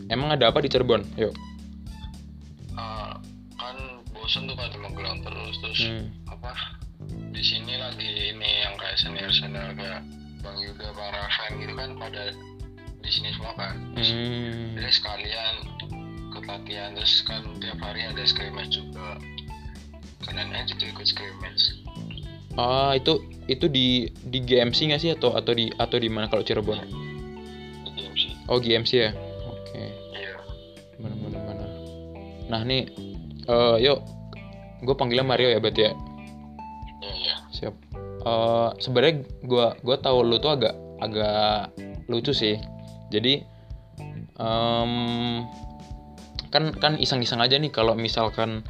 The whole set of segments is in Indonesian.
Emang ada apa di Cirebon? Yuk. Kan bosen tuh kan di Magelang terus apa di sini lagi ini yang kayak senior kayak Bang Yuda, Bang Rafael gitu kan pada di sini semua kan. Jadi sekalian ikut latihan, terus kan tiap hari ada scrimmage juga. Kalian aja tuh ikut scrimmage. Itu di GMC nggak sih atau di mana kalau Cirebon? Di GMC. Oh, GMC ya. Oke. Iya. Benar. Nah nih, yuk, gue panggilnya Mario ya berarti ya. Iya. Siap. Sebenarnya gue tahu lu tuh agak lucu sih. Jadi kan iseng-iseng aja nih kalau misalkan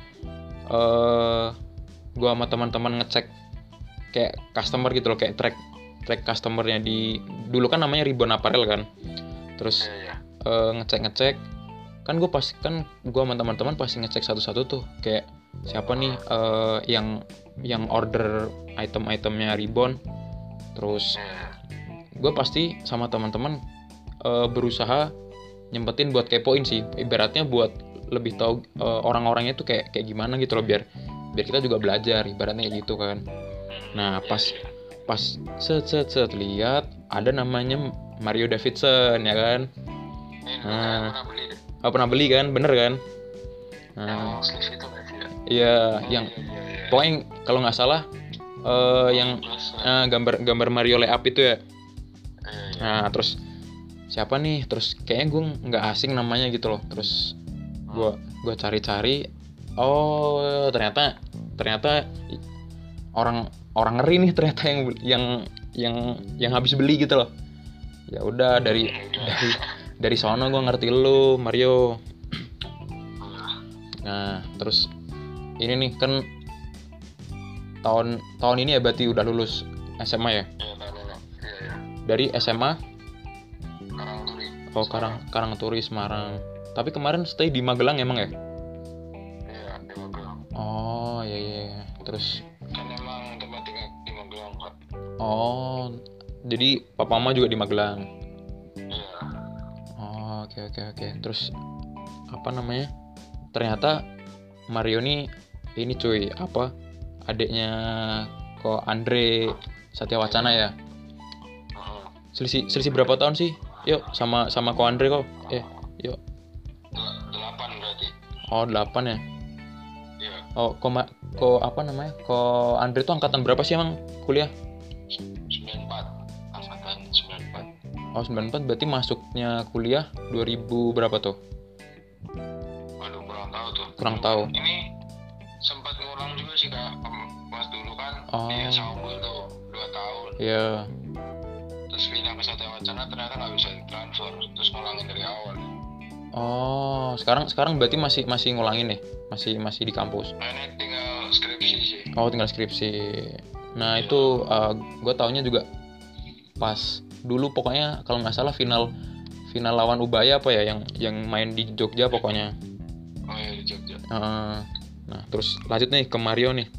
gue sama teman-teman ngecek kayak customer gitu loh, kayak track customernya di dulu kan namanya Ribbon Apparel kan. Terus ngecek kan gue sama teman-teman pasti ngecek satu-satu tuh, kayak siapa nih yang order item-itemnya Ribbon. Terus gue pasti sama teman-teman berusaha nyempetin buat kepoin sih, ibaratnya buat lebih tahu orang-orangnya tuh kayak gimana gitu loh, biar kita juga belajar, ibaratnya kayak gitu kan. Nah pas set lihat ada namanya Mario Davidson ya kan. Pernah beli kan, bener kan? Nah, iya, yang pokoknya kalau nggak salah yang gambar Mario layup itu ya. Nah terus siapa nih, terus kayaknya gue nggak asing namanya gitu loh. Terus gue cari-cari, oh ternyata orang ngeri nih ternyata yang habis beli gitu loh. Ya udah dari sono gue ngerti lu Mario. Nah terus ini nih kan tahun ini ya berarti udah lulus SMA ya? Dari SMA Karangturi Semarang. Tapi kemarin stay di Magelang emang ya? Iya, di Magelang. Oh iya. Terus kan emang tempat tinggal di Magelang Pak. Oh, jadi papa mama juga di Magelang. Iya. Oh, oke. Terus apa namanya? Ternyata Mario ini cuy, apa? Adiknya kok Andre Satyawacana ya? Selisih berapa tahun sih? Yuk, sama ko Andre kok. Yuk. 8 berarti. Oh, 8 ya? Iya. Oh, ko apa namanya? Ko Andre tuh angkatan berapa sih emang kuliah? 94. Angkatan 94. Oh, 94 berarti masuknya kuliah 2000 berapa tuh? Waduh, kurang tahu tuh. Kurang tahu. Ini sempat ngulang juga sih Kak. Pas dulu kan dia Saubul tuh 2 tahun. Iya. Terus pindah ke Satyawacana ternyata nggak bisa transfer, terus ngulangin dari awal. Oh, sekarang berarti masih ngulangin nih, masih di kampus. Nah, ini tinggal skripsi sih. Oh, tinggal skripsi. Nah itu gue taunya juga pas dulu pokoknya kalau nggak salah final lawan Ubaya apa ya yang main di Jogja pokoknya. Oh iya, di Jogja. Nah terus lanjut nih ke Mario nih.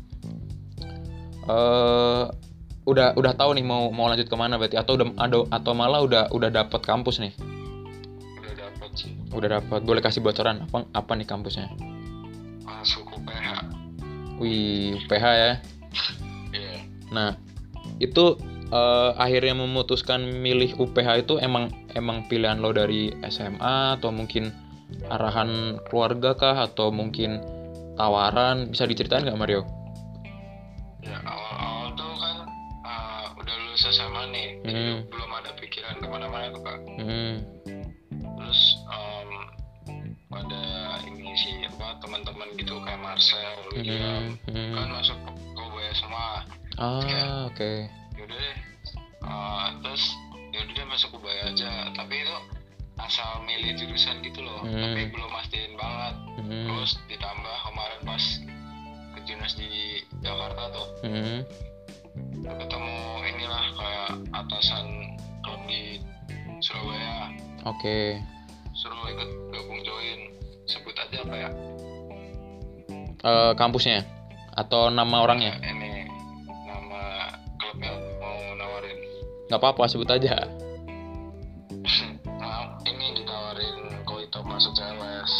Udah tahu nih mau lanjut kemana berarti, atau malah udah dapat kampus nih? Udah dapat sih. Udah dapat. Boleh kasih bocoran apa nih kampusnya? Masuk UPH. Wih, UPH ya. Iya. Nah itu akhirnya memutuskan milih UPH itu emang pilihan lo dari SMA atau mungkin arahan keluarga kah, atau mungkin tawaran? Bisa diceritain nggak Mario? Ya awal tuh kan udah lulus SMA nih, jadi belum ada pikiran kemana-mana tuh Kak. Terus pada ini sih teman-teman gitu kayak Marcel, William kan masuk ke UBS semua. Oke. Yaudah deh, terus yaudah deh masuk UBS aja, tapi itu asal milih jurusan gitu loh, tapi belum mastiin banget. Terus ditambah kemarin pas ke Junas di Jakarta tuh, ketemu inilah kayak atasan klub di Surabaya. Oke. Suruh ikut gabung join, sebut aja apa ya? Kampusnya atau nama orangnya? Ini nama klubnya mau nawarin. Nggak apa-apa, sebut aja. Nah, ini ditawarin Koito Mas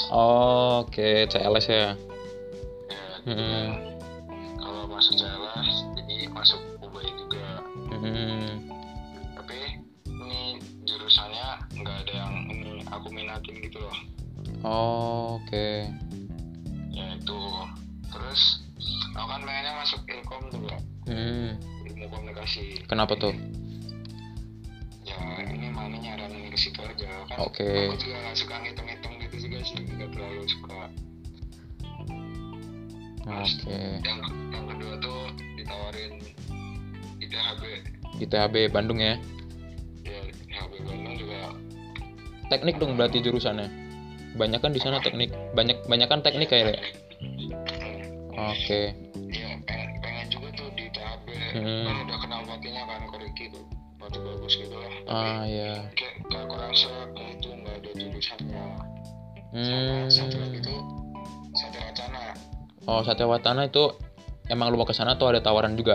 Oh, oke, CLS ya. Ya, kalau masuk CLS jadi masuk UBI juga. Tapi ini jurusannya nggak ada yang ini aku minatin gitu loh. Oh, oke. Ya itu. Terus aku kan pengennya masuk Ilkom tuh Bang. Ilmu komunikasi. Kenapa tuh? Ya ini mami nyaranin ke situ aja kan. Oke. Aku juga nggak suka ngitung-ngitung gitu juga sih, nggak terlalu suka. Oke. Yang kedua tuh ditawarin ITHB. ITHB Bandung ya. Ya ITHB Bandung juga. Teknik dong berarti jurusannya. Banyak kan di sana teknik. Banyak kan teknik kayak. Oke. Iya pengen juga tuh di ITHB. Kan udah kenal pelatihnya kan, Koriki tuh. Pelatih bagus gitu lah. Iya. Kayak kurang serak itu nggak ada jurusannya. Sama satu lagi tuh Satya Wacana. Oh, Satya Wacana itu emang lu mau ke sana tuh ada tawaran juga?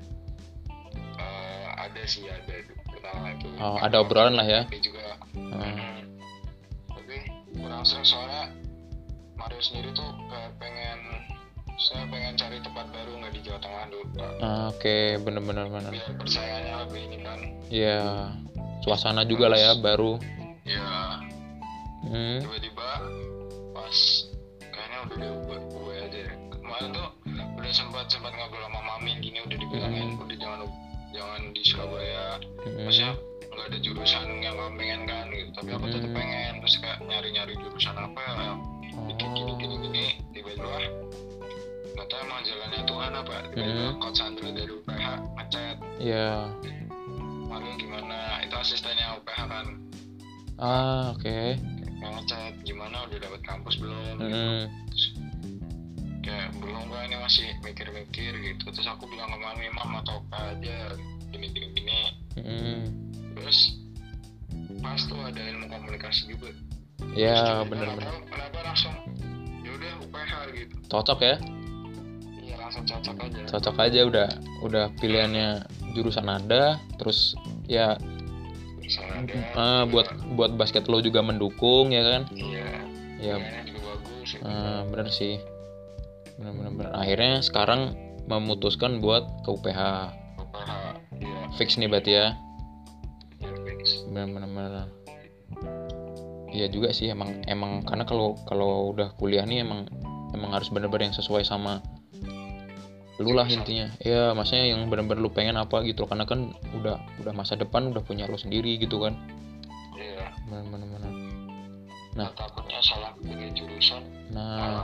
Ada sih, ada pertama itu. Oh, ada obrolan lah ya. Tapi juga. Tapi kurang serak soalnya Mario sendiri tuh saya pengen cari tempat baru, nggak di Jawa Tengah dulu. Oke, bener. Biar persaingannya lebih ini kan. Iya, suasana juga lah ya baru. Iya. Tiba-tiba pas kayaknya udah di gue aja ya. Kemarin tuh udah sempat ngobrol sama mami gini, udah dibilangin udah jangan di Surabaya. Maksudnya nggak ada jurusan yang kamu pengen kan gitu. Tapi aku tetap pengen, terus kayak nyari jurusan apa yang bikin gini. Tiba-tiba nggak tahu emang jalannya Tuhan apa. Tiba-tiba Coach Sandro dari UPH ngechat. Iya. Malu gimana? Itu asistennya UPH kan. Oke. Ngechat gimana, udah dapat kampus belum? Terus, kayak belum Pak, ini masih mikir-mikir gitu. Terus aku bilang ke mami, mama tau aja gini. Terus pas tuh ada ilmu komunikasi juga. Iya, bener. Kenapa langsung yaudah UPH gitu. Cocok ya? Iya, langsung cocok aja. Cocok aja, udah pilihannya jurusan ada, terus ya buat basket lo juga mendukung ya kan? Iya. Juga bagus. Bener sih. Bener. Akhirnya sekarang memutuskan buat ke UPH. Iya. Fix nih berarti ya. Iya, fix. Bener. Iya juga sih, emang karena kalau udah kuliah nih emang harus bener-bener yang sesuai sama lu lah intinya. Ya maksudnya yang bener-bener lu pengen apa gitu, karena kan udah masa depan udah punya lu sendiri gitu kan. Iya. Bener. Nah, takutnya salah pilih jurusan. Nah,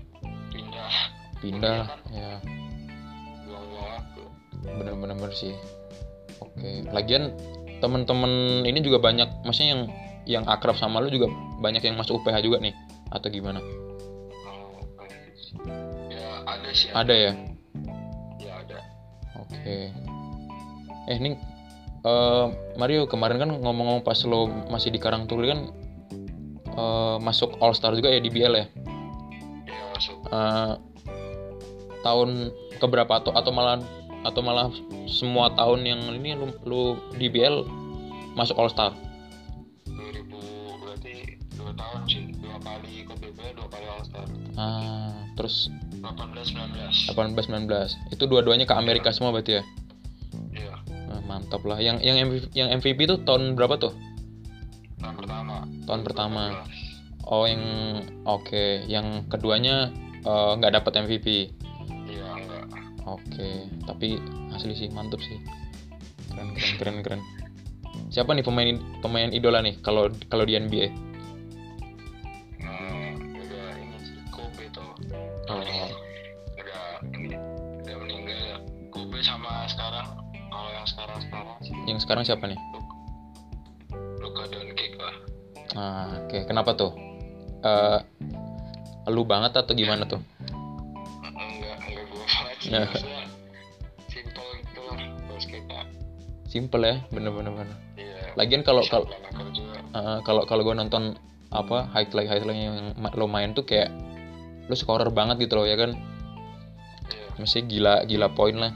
pindah ya. Buang-buang waktu. Bener sih. Oke. Lagian temen-temen ini juga banyak, maksudnya yang akrab sama lu juga banyak yang masuk UPH juga nih atau gimana? Ya ada sih. Ada ya? Ya ada. Oke. Nih Mario, kemarin kan ngomong-ngomong pas lo masih di Karangturi kan masuk All Star juga ya di BL ya? Iya, masuk. Tahun keberapa atau malah semua tahun yang ini lu di BL masuk All Star? 2000 berarti 2 tahun sih, 2 kali ikut BBL, 2 kali All Star. Terus 18-19 itu dua-duanya ke Amerika semua berarti ya? Iya. Mantap lah. Yang MVP tuh tahun berapa tuh? Tahun pertama. Oh, oke. Yang keduanya nggak dapat MVP. Iya, enggak. Oke, tapi asli sih mantap sih. Keren. Siapa nih pemain idola nih kalau di NBA? Udah ini sih Kobe tuh. Udah meninggal. Kobe sama sekarang, kalau yang sekarang sih. Yang sekarang siapa nih? Luka Doncic lah. Oke. Kenapa tuh? Lu banget atau gimana tuh? Enggak gue banget sih. Maksudnya simple gitu lah basketnya. Simple ya, bener. Iya. Lagian kalau gue nonton highlight yang lo main tuh kayak lo scorer banget gitu loh ya kan? Iya. Masih gila poin lah.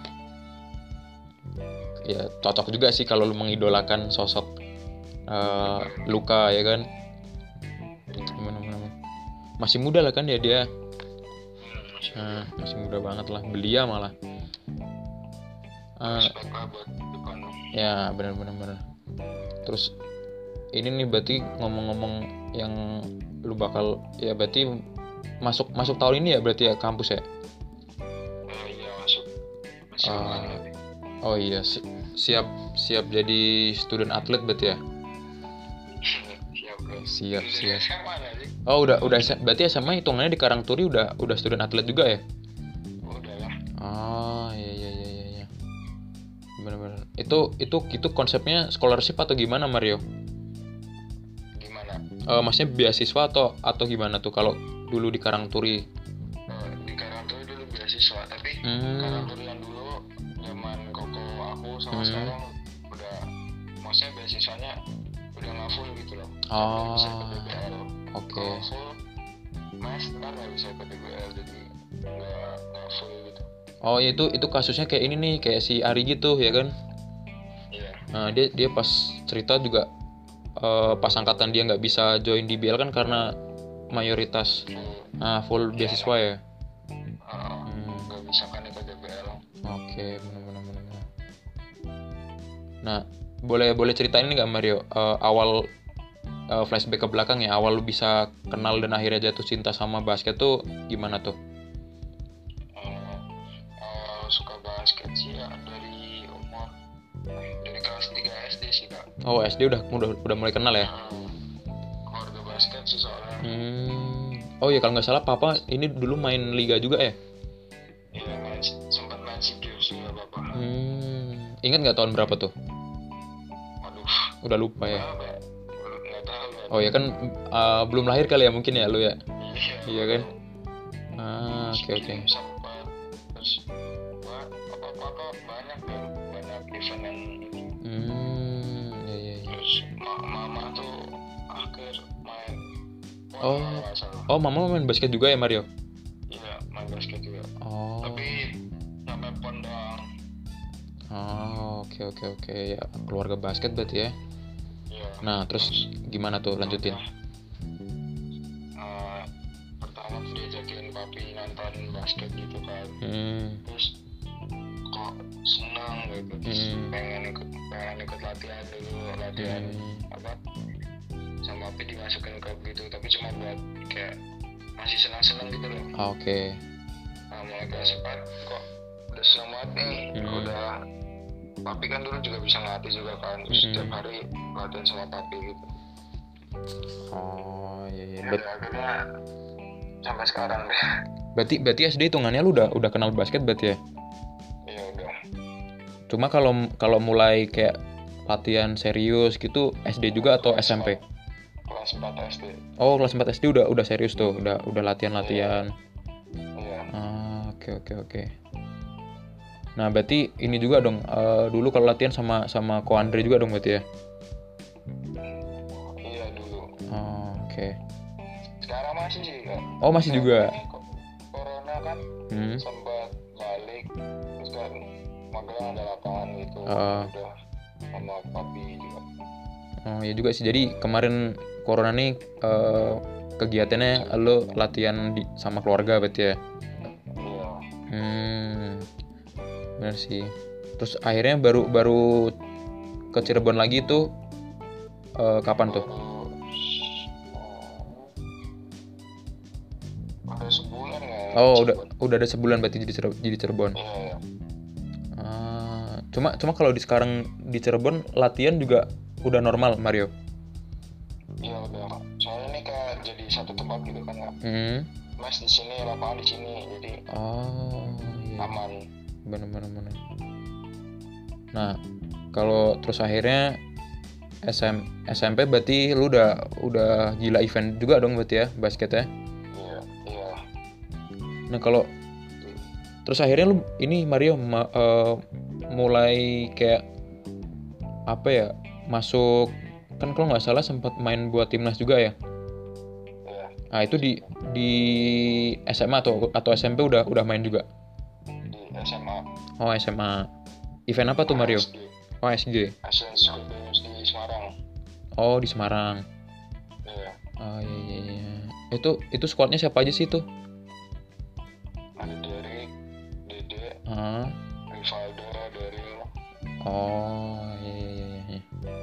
Ya cocok juga sih kalau lo mengidolakan sosok Luka ya kan? Bener. masih muda lah kan ya dia. Masih Masih muda banget lah, belia malah. respect lah buat depan. Ya benar. Terus ini nih berarti ngomong-ngomong yang lu bakal ya berarti masuk tahun ini ya berarti ya kampus ya. Iya masuk nanti. Oh iya, siap jadi student atlet berarti ya. Siap bro. Siap. SMA sih. Oh udah berarti SMA hitungannya di Karangturi udah student atlet juga ya. Udah lah. Oh iya. Benar. Itu konsepnya scholarship atau gimana Mario? Gimana? Maksudnya beasiswa atau gimana tuh kalau dulu di Karangturi? Di Karangturi dulu beasiswa, tapi Karangturi yang dulu zaman koko aku sama sekarang udah, maksudnya beasiswanya udah nggak full gitu loh. Oh, Bisa ke DBL. Oke. Kalau full master nggak bisa ke DBL, jadi nggak full gitu. Oh ya itu kasusnya kayak ini nih, kayak si Ari gitu ya kan? Iya. Nah dia pas cerita juga pas angkatan dia nggak bisa join DBL kan karena mayoritas full beasiswa ya. Nggak bisa kan ke DBL. Oke, benar. Nah boleh ceritain ini nggak Mario, awal flashback ke belakang ya, awal lu bisa kenal dan akhirnya jatuh cinta sama basket tuh gimana tuh? Suka basket sih ya dari kelas 3 SD sih kak. Oh SD udah mulai kenal ya? Keluarga basket sih soalnya. Oh ya kalau nggak salah papa ini dulu main liga juga ya? Iya, sempat main SEA Games juga bapak. Ingat nggak tahun berapa tuh? Waduh, udah lupa ya? nggak tahu ya. Oh ya kan belum lahir kali ya mungkin ya lu ya? Iya kan? Oke. Sempat terus apa banyak event yang Iya. terus mama tuh akhir main. Oh mama main basket juga ya Mario? Iya, main basket juga. Oh. Tapi sampai pon doang. Oh oke ya, keluarga basket berarti ya? Iya. Nah terus gimana tuh lanjutin? Pertama tuh diajakin papi nonton basket gitu kan. Terus kok senang gitu, terus pengen ikut latihan apa sama papi dimasukin klub gitu, tapi cuma buat kayak masih senang gitu loh. Oke. Nah mulai kelas 4 kok udah senang banget nih. Udah papi kan dulu juga bisa ngelatih juga kan, terus setiap hari latihan sama papi gitu. Oh iya. Akhirnya sampai sekarang deh. Berarti SD hitungannya lu udah kenal basket berarti ya? Iya udah. Cuma kalau mulai kayak latihan serius gitu SD juga atau SMP? Kelas 4 SD. Oh kelas 4 SD udah serius tuh, udah latihan. Iya. Oke. Nah berarti ini juga dong, dulu kalau latihan sama Ko Andre juga dong berarti ya? Iya dulu. Oke. Sekarang masih sih kan? Oh masih juga. Corona kan sempat balik, terus kan Magelang ada lapangan gitu. Udah sama papi juga. Oh ya juga sih, jadi kemarin Corona nih kegiatannya lo latihan sama keluarga berarti ya? Iya. Benar sih. Terus akhirnya baru ke Cirebon lagi tuh kapan tuh? Ada sebulan ya. Oh udah ada sebulan berarti di Cirebon. Iya. Cuma kalau sekarang di Cirebon latihan juga udah normal Mario? Iya udah. Soalnya ini kayak jadi satu tempat gitu kan ya. Mas di sini, lapangan di sini, jadi iya. aman. Bener. Nah kalau terus akhirnya SMP berarti lu udah gila event juga dong berarti ya basketnya? Iya. Nah kalau terus akhirnya lu ini Mario mulai kayak apa ya, masuk kan kalau nggak salah sempat main buat timnas juga ya? Iya. Nah itu di SMA atau SMP udah main juga? Di SMA. Oh SMA. Event apa tuh Mario? SG. Oh SG. Asian School Games di Semarang. Oh di Semarang. Iya. Oh iya. Itu squadnya siapa aja sih itu? Ada Derek, Dede, Rivaldo, Daryl. Oh iya.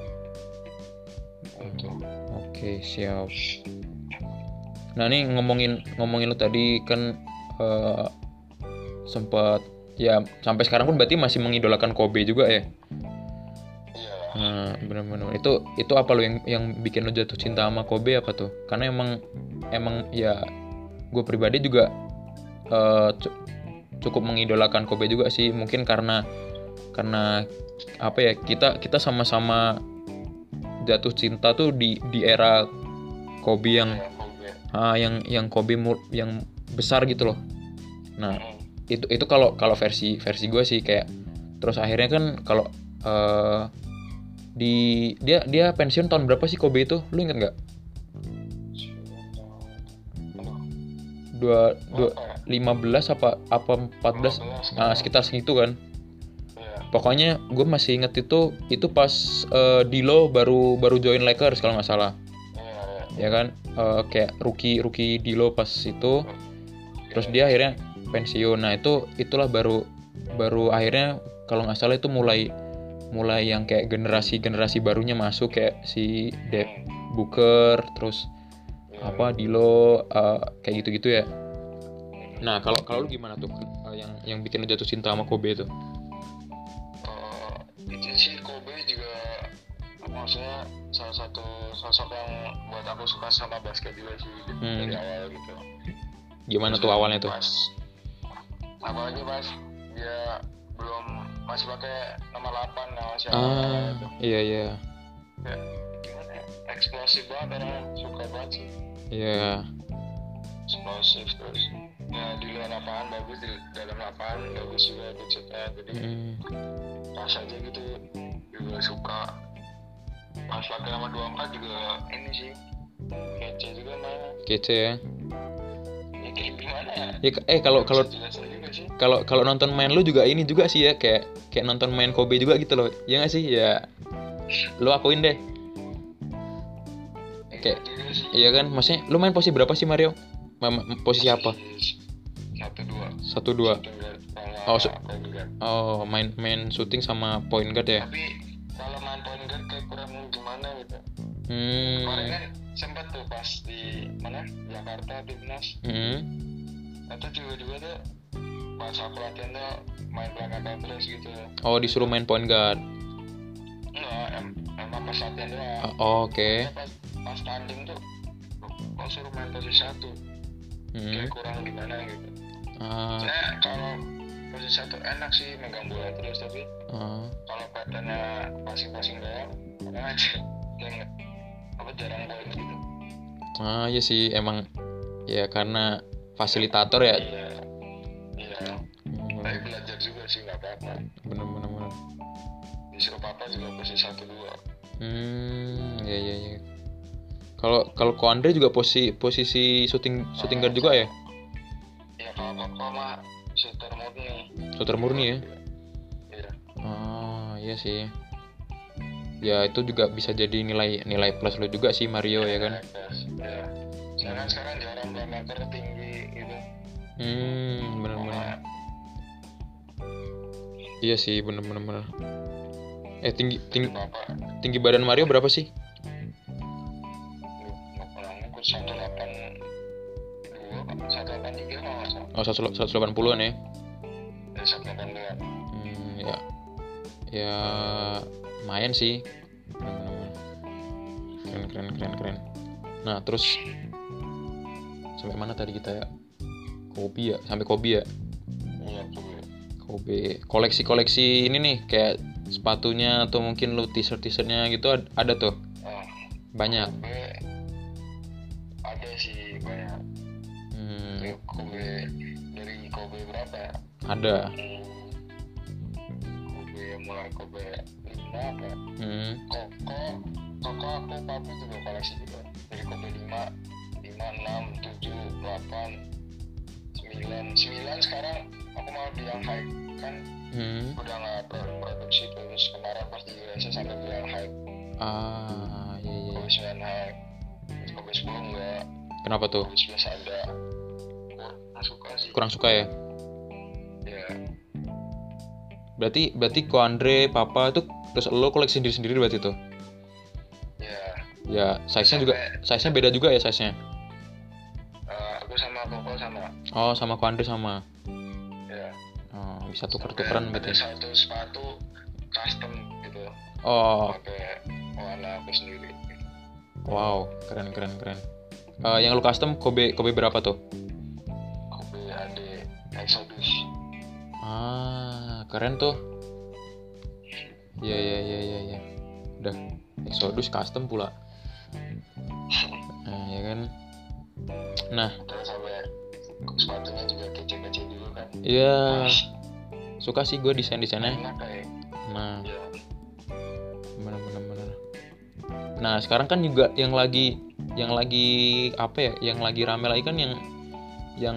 Itu. Oke, siap. Nah nih ngomongin lu tadi kan sempat ya sampai sekarang pun berarti masih mengidolakan Kobe juga ya? Iya. Nah, benar-benar itu apa lo yang bikin lo jatuh cinta sama Kobe apa tuh? Karena emang ya gue pribadi juga cukup mengidolakan Kobe juga sih, mungkin karena apa ya, kita sama-sama jatuh cinta tuh di era Kobe yang Kobe yang besar gitu loh. Nah itu kalau versi gue sih kayak, terus akhirnya kan kalau dia pensiun tahun berapa sih Kobe itu, lu inget nggak? 15 apa 14, nah sekitar segitu kan. Pokoknya gue masih inget itu pas D'Lo baru join Lakers kalau nggak salah. Ya kan, kayak rookie D'Lo pas itu, terus dia akhirnya pensiun. Nah itulah baru akhirnya kalau nggak salah itu mulai yang kayak generasi barunya masuk, kayak si Devin Booker, terus apa D'Lo, kayak gitu ya. Nah kalau lu gimana tuh yang bikin lu jatuh cinta sama Kobe itu? Itu sih Kobe juga maksudnya salah satu sosok yang buat aku suka sama basket juga sih dari awal gitu. Gimana tuh awalnya tuh? Apalagi pas dia belum masih pakai nomor 8 masih gitu. Iya. Ya, gimana ya? Eksplosif banget, orang suka banget sih. Iya. Eksplosif, terus ya di luar lapangan bagus, di dalam lapangan bagus juga bercerita. Jadi pas aja gitu juga suka. Pas pakai nama 24 juga ini sih kece juga mana. Kece ya. Ya kayak gimana ya? Kalau nonton main lu juga ini juga sih ya, kayak nonton main Kobe juga gitu loh. Ya nggak sih? Ya lu akuin deh. Kayak iya kan, maksudnya lu main posisi berapa sih Mario? Posisi apa? 1-2. Main shooting sama point guard ya. Tapi kalau main point guard kayak kurang gimana gitu. Kemarin kan sempat tuh pas di mana Jakarta Timnas. Atau juga tuh pas aku latihan tuh main belakang terus gitu. Oh, disuruh main point guard. Enggak, emang pas latihan doang. Oke. Pas tanding tuh kok suruh main posisi 1. Kayak kurang gimana gitu. Saya kalau posisi 1 enak sih megang bola terus, tapi kalau patternnya passing doang kadang aja yang jarang poin gitu. Iya sih, emang ya karena fasilitator ya. Iya. Tapi belajar juga sih, nggak apa-apa. Bener. Disuruh papa juga posisi 1-2. Iya. Kalau Ko Andre juga posisi shooting guard juga ya? Iya, kalau papa mah shooter murni ya? Iya. Iya sih. Ya itu juga bisa jadi nilai plus lo juga sih Mario ya kan? Iya. Sekarang jarang playmaker tinggi gitu. Bener. Iya sih, bener. Tinggi badan Mario berapa sih? 180-an ya? 182. Ya lumayan sih. Keren. Nah terus sampai mana tadi kita ya? Kobe ya? Sampai Kobe ya? Iya, Kobe. Koleksi ini nih, kayak sepatunya atau mungkin lu t-shirtnya gitu ada tuh? Banyak? Ada sih banyak. Dari Kobe berapa ya? Ada. Mulai Kobe 5 apa? Koko aku papi juga koleksi juga. Dari Kobe 5, 6, 7, 8, 9 sekarang aku mau di yang high kan. Udah nggak produksi, terus kemarin pas di USA sampai di yang high. Iya. Kobe 9 high, Kobe 10 enggak. Kenapa tuh? Biasa ada kurang suka sih. Kurang suka ya? Ya. Berarti Ko Andre, Papa itu terus lo koleksi sendiri berarti tuh? Ya. Ya, size-nya beda juga ya size-nya? Aku sama Koko sama. Oh, sama Ko Andre sama. Ya. Oh, bisa tuker-tukeran berarti. Ada satu sepatu custom gitu. Oh. Pakai warna aku sendiri. Wow, keren. Yang lu custom Kobe berapa tuh? Kobe ada Exodus. Keren tuh. Iya. Udah Exodus custom pula. Nah, ya kan. Nah, terus sampai sepatunya juga kece-kece dulu kan. Iya. Suka sih gue desainnya. Nah. Ya. Bener. Nah, sekarang kan juga yang lagi apa ya? Yang lagi rame lagi kan yang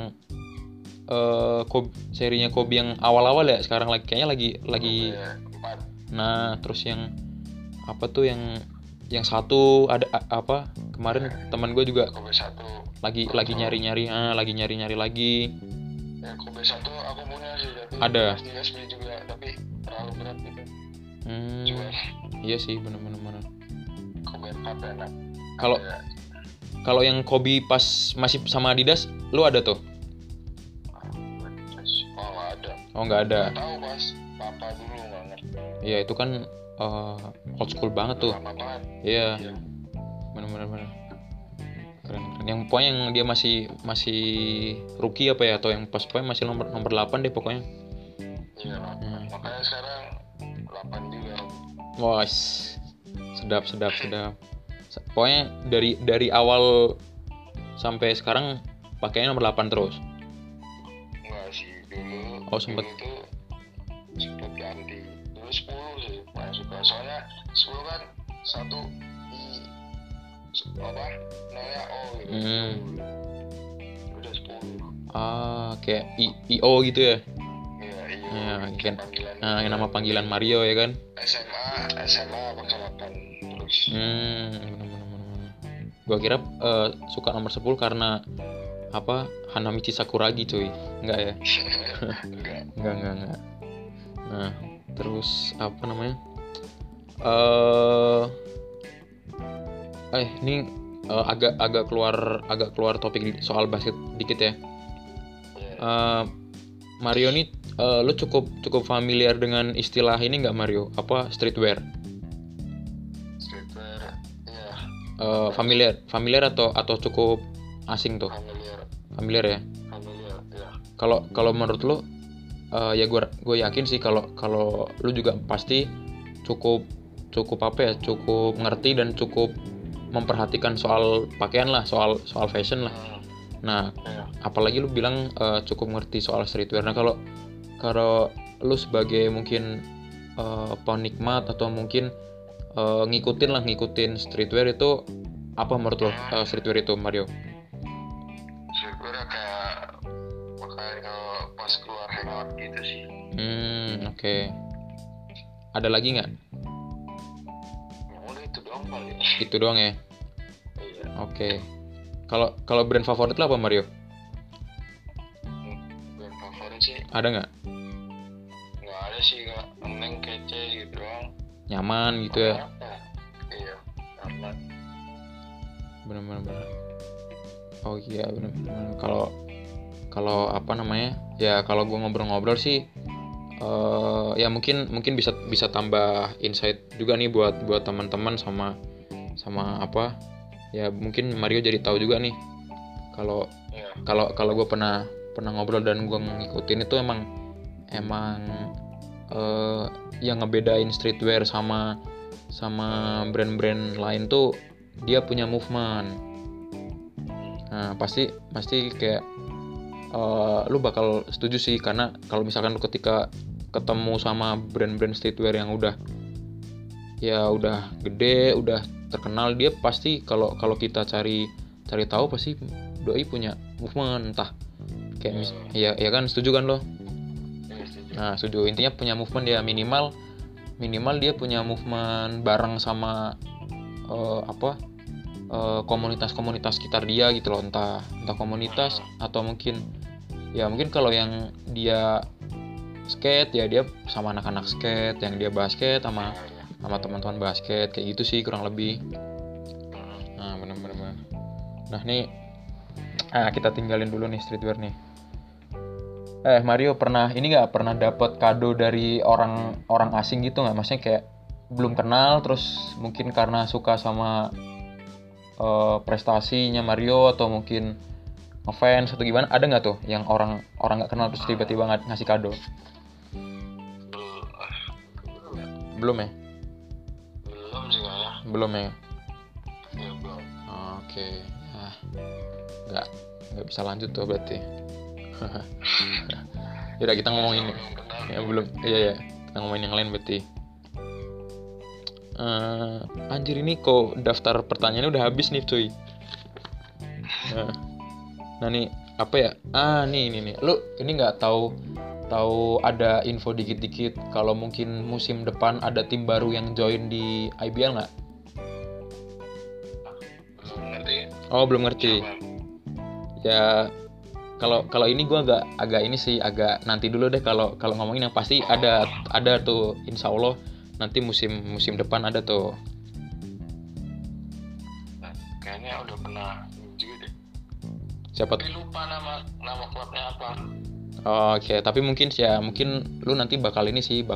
serinya Kobe yang awal-awal ya, sekarang kayaknya lagi. Nah, terus yang apa tuh yang satu ada apa? Kemarin teman gue juga Kobe 1 lagi nyari-nyari lagi. Ya, Kobe 1 aku punya sih, tapi ada. SB juga, tapi terlalu berat gitu. Iya sih, bener. Kobe 4 enak. Kalau yang Kobe pas masih sama Adidas, lu ada tuh? Oh, nggak ada. Nggak tahu pas Papa dulu nggak ngerti. Iya, itu kan old school banget tuh. Lama banget. Iya. Bener. Keren. Yang pokoknya yang dia masih rookie apa ya, atau yang pas pokoknya masih nomor 8 deh pokoknya. Iya. Makanya sekarang 8 juga. Wah, sedap. Pokoknya dari awal sampai sekarang pakainya nomor 8 terus. Enggak sih, dulu. Oh, sempet ganti. Dulu 10 sih, paling suka. Soalnya 10 kan satu namanya O gitu. Udah 10. Kayak IO gitu ya? Iya, IO. Ya, kan. Yang nama panggilan Mario ya kan? SMA pakai 8 terus. Bener. Gua kira suka nomor 10 karena apa? Hanamichi Sakuragi cuy. Enggak ya? Enggak. Nah, terus apa namanya? Ini agak keluar topik soal basket dikit ya. Mario nih, lu cukup familiar dengan istilah ini nggak, Mario? Apa streetwear? Streetwear, iya. Familiar atau cukup asing tuh? Familiar ya. Familiar, ya. Kalau menurut lu, ya gue yakin sih kalau lu juga pasti cukup apa ya? Cukup ngerti dan cukup memperhatikan soal pakaian lah, soal fashion lah. Nah, apalagi lu bilang cukup ngerti soal streetwear. Nah, kalau lu sebagai mungkin penikmat atau mungkin ngikutin streetwear itu, apa menurut lo streetwear itu, Mario? Streetwear kayak pakai kalau pas keluar hangout gitu sih. Oke. Ada lagi nggak? Udah itu doang kali. Itu doang ya. Iya. Oke. Kalau brand favorit lo apa, Mario? Brand favorit sih ada nggak? Nggak ada sih, nggak. Neng kece gitu doang. Nyaman gitu ya? Iya, nyaman. Bener. Oh iya, bener. Kalau apa namanya? Ya kalau gue ngobrol sih, ya mungkin bisa tambah insight juga nih buat teman-teman sama apa? Ya mungkin Mario jadi tahu juga nih kalau gue pernah ngobrol dan gue ngikutin itu emang yang ngebedain streetwear sama brand-brand lain tuh dia punya movement. Nah, pasti kayak lu bakal setuju sih, karena kalau misalkan lu ketika ketemu sama brand-brand streetwear yang udah gede, udah terkenal, dia pasti kalau kita cari tahu pasti doi punya movement, entah kayak ya kan, setuju kan lo? Nah, setuju. Intinya punya movement, dia minimal dia punya movement bareng sama komunitas-komunitas sekitar dia gitu loh, entah komunitas atau mungkin kalau yang dia skate ya dia sama anak-anak skate, yang dia basket sama teman-teman basket, kayak gitu sih kurang lebih. Nah benar. Nah nih kita tinggalin dulu nih streetwear nih. Mario pernah dapat kado dari orang asing gitu nggak? Maksudnya kayak belum kenal terus mungkin karena suka sama prestasinya Mario atau mungkin ngefans atau gimana, ada nggak tuh yang orang nggak kenal terus tiba-tiba ngasih kado? Belum ya? Belum sih kayaknya. Belum ya? Ya belum. Oke. Nggak bisa lanjut tuh berarti. Yaudah kita ngomongin ya belum. Iya kita ngomongin yang lain berarti. Anjir ini kok daftar pertanyaannya udah habis nih cuy. Nah nih apa ya? Nih. Lu ini nggak tahu ada info dikit-dikit kalau mungkin musim depan ada tim baru yang join di IBL nggak? Belum ngerti. Oh belum ngerti. Ya kalau ini gue agak nanti dulu deh kalau ngomongin yang pasti ada tuh insya Allah nanti musim depan ada tuh. Kayaknya udah pernah juga deh. Siapa? Tapi lupa nama klubnya apa. Oke, tapi mungkin lu nanti bakal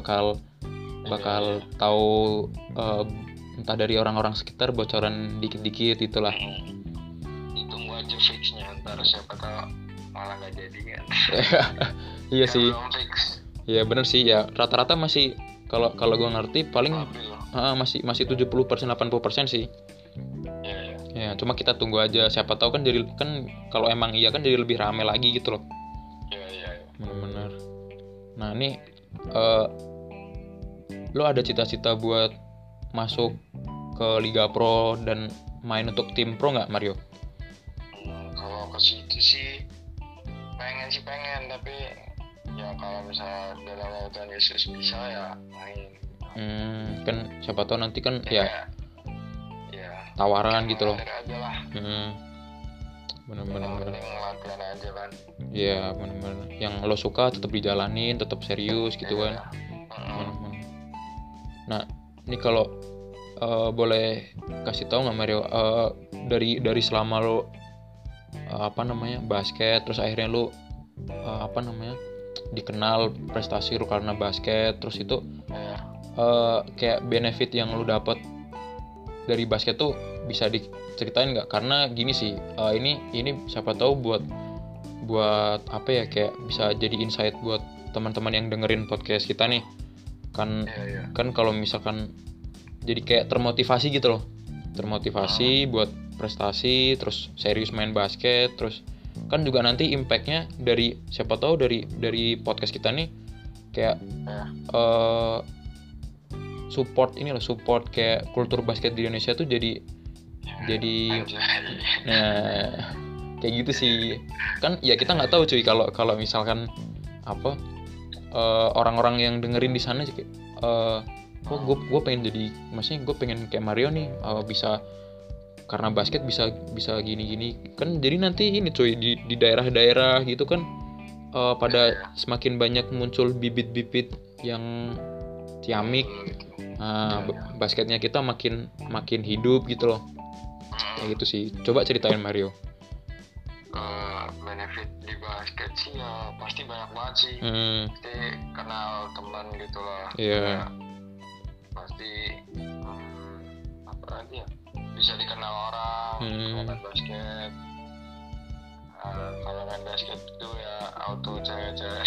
tahu entah dari orang-orang sekitar bocoran dikit-dikit itulah. Tunggu aja fixnya, ntar siapa tahu malah nggak jadi kan. Iya sih. Belum fix. Iya bener sih ya, rata-rata masih kalau gue ngerti paling masih 70% 80% sih. Iya. Ya, cuma kita tunggu aja, siapa tahu kan kalau emang iya kan jadi lebih rame lagi gitu loh. Iya. Bener. Nah, ini lo ada cita-cita buat masuk ke Liga Pro dan main untuk tim pro nggak, Mario? Kalau ke situ sih pengen tapi ya kalau misalnya dalam waktu Yesus bisa ya main. Kan siapa tahu nanti kan ya tawaran gitu loh. Aja lah. Bener. Latihan aja kan. Iya bener. Yang lo suka tetap dijalanin, tetap serius gitu kan. Nah ini kalau boleh kasih tahu nggak Mario, dari selama lo basket terus akhirnya lo dikenal prestasi lo karena basket, terus itu kayak benefit yang lo dapat dari basket tuh bisa diceritain nggak? Karena gini sih, ini siapa tahu buat apa ya, kayak bisa jadi insight buat teman-teman yang dengerin podcast kita nih kan. Kan kalau misalkan jadi kayak termotivasi gitu loh, buat prestasi terus serius main basket, terus kan juga nanti impactnya dari siapa tahu dari podcast kita nih kayak support kayak kultur basket di Indonesia tuh jadi nah kayak gitu sih kan ya. Kita nggak tahu cuy kalau misalkan orang-orang yang dengerin di sana sih gue pengen jadi, maksudnya gue pengen kayak Mario nih, bisa karena basket bisa gini kan. Jadi nanti ini cuy di daerah-daerah gitu kan pada semakin banyak muncul bibit-bibit yang ciamik. Basketnya kita makin hidup gitu loh. Kayak gitu sih. Coba ceritain Mario. Benefit di basket sih ya pasti banyak banget sih. Pasti kenal teman gitu lah. Iya. Pasti apa lagi ya? Bisa dikenal orang kalau main basket. Kalau main basket itu ya auto cewek-cewek.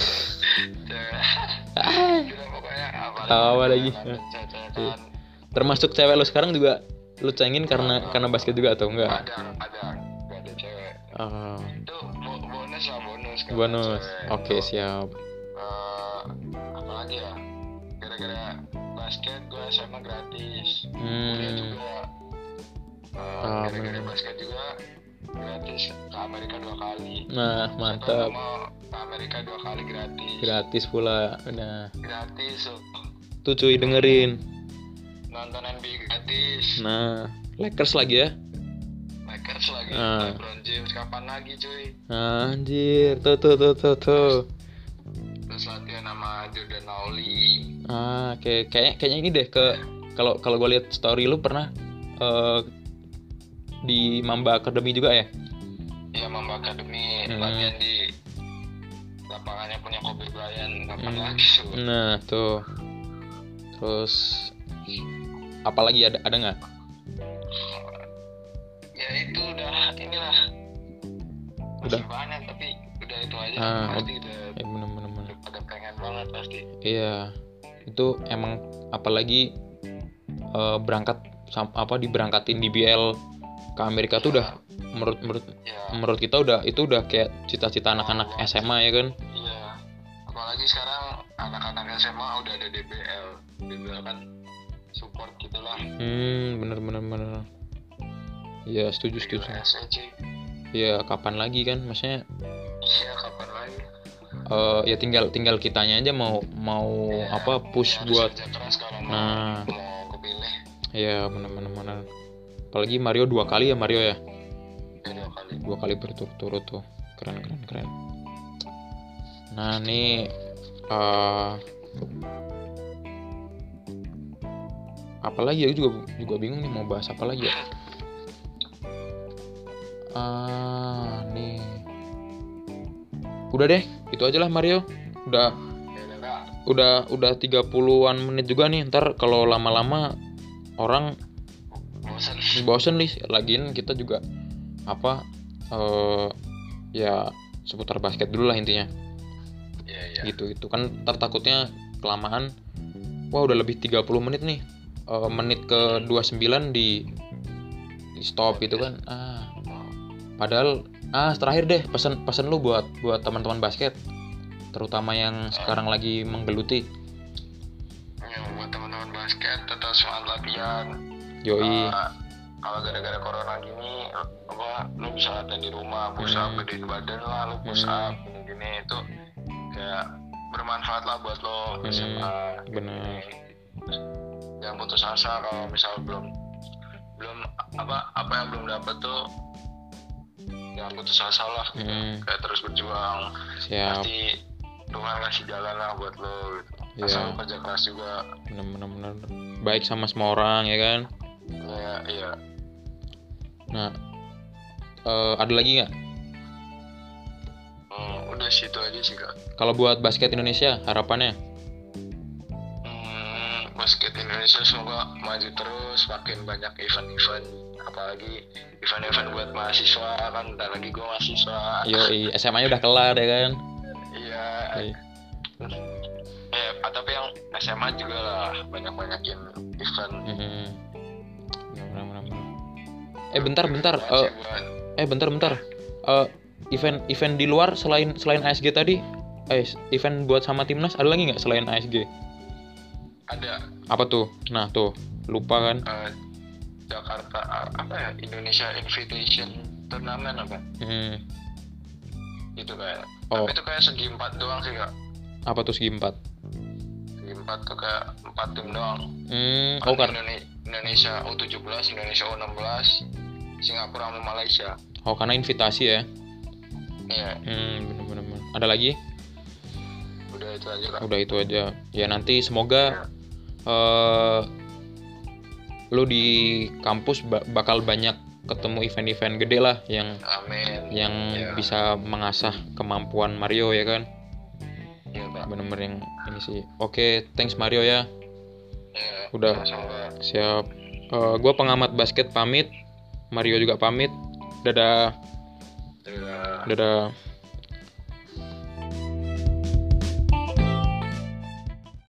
Gitu pokoknya apa lagi. Termasuk cewek lo sekarang juga lo cengin karena basket juga atau enggak? Ada cewek. Itu bonus. Oke, siap. Apalagi ya, gara-gara basket gue SMA gratis, kuliah juga. Gara-gara basket juga gratis ke Amerika 2 kali. Nah mantap. Mau ke Amerika 2 kali gratis pula. Nah gratis tuh cuy dengerin, nonton NBA gratis. Nah Lakers lagi ya. lagi LeBron James kapan lagi cuy. Anjir, tuh. Terus latihan sama Jordan Lawley. Kayaknya ini deh kalau gue lihat story lu pernah di Mamba Academy juga ya? Iya, Mamba Academy latihan di lapangannya punya Kobe Bryant. Kapan lagi tuh? Nah tuh. Terus apalagi ada nggak? Ya itu udah inilah. Masih banyak tapi udah itu aja. Pasti udah. Ya bener. Pada pengen banget pasti. Iya. Itu emang apalagi berangkat diberangkatin DBL ke Amerika tuh udah menurut kita udah kayak cita-cita anak-anak SMA ya kan? Iya. Apalagi sekarang anak-anak SMA udah ada DBL kan support gitulah. Bener. Iya setuju. Iya kapan lagi kan maksudnya? Iya kapan lagi? Ya tinggal kitanya aja mau push buat. Mau kepilih. Iya bener. Apalagi Mario 2 kali ya Mario ya. Ya 2 kali berturut-turut tuh. Keren. Nah nih apa lagi ya, juga bingung nih mau bahas apa lagi ya. Nih udah deh itu aja lah Mario. Udah 30-an menit juga nih. Ntar kalau lama-lama orang bosen nih. Lagian kita juga ya seputar basket dulu lah intinya. Iya. Gitu kan ntar takutnya kelamaan. Wah udah lebih 30 menit nih. Menit ke 29 di stop gitu kan. Padahal terakhir deh pesan lu buat teman-teman basket terutama yang sekarang lagi menggeluti. Ya buat teman-teman basket tetap semangat latihan. Yoi. Kalau gara-gara corona gini lu bisa latihan di rumah, push up gedein badan lah, lu push up gini itu kayak bermanfaat lah buat lo. Bener. Jangan putus asa kalau misal belum apa yang belum dapat tuh jangan putus asa lah gitu. Kayak terus berjuang. Siap. Pasti Tuhan kasih jalan lah buat lo gitu. Asal lo kerja keras juga. Bener. Baik sama semua orang ya kan. Iya. Nah ada lagi nggak? Udah situ aja sih kak. Kalau buat basket Indonesia harapannya? Basket Indonesia semoga maju terus, makin banyak event-event, apalagi event-event buat mahasiswa kan. Bentar lagi gue mahasiswa. Yoi, SMA-nya udah kelar ya kan? Iya. Tapi yang SMA juga lah banyak-banyakin event. Bentar. Bentar. Event di luar selain ASG tadi, event buat sama timnas ada lagi nggak selain ASG? Ada. Apa tuh? Nah tuh lupa kan? Jakarta Indonesia Invitation Turnamen apa? Itu kayak. Tapi itu kayak segi 4 doang sih kak. Apa tuh segi 4? Segi 4 tuh kayak 4 tim doang. Indonesia U17, Indonesia U16, Singapura sama Malaysia. Karena invitasi ya? Iya. Bener. Ada lagi? Udah itu aja kak. Udah itu aja. Ya nanti semoga lu di kampus bakal banyak ketemu event-event gede lah yang Amin. Yang bisa mengasah kemampuan Mario ya kan. Iya Pak. Bener-bener yang ini sih. Oke, thanks Mario ya. Udah sama-sama. Siap. Gue pengamat basket pamit. Mario juga pamit. Dadah.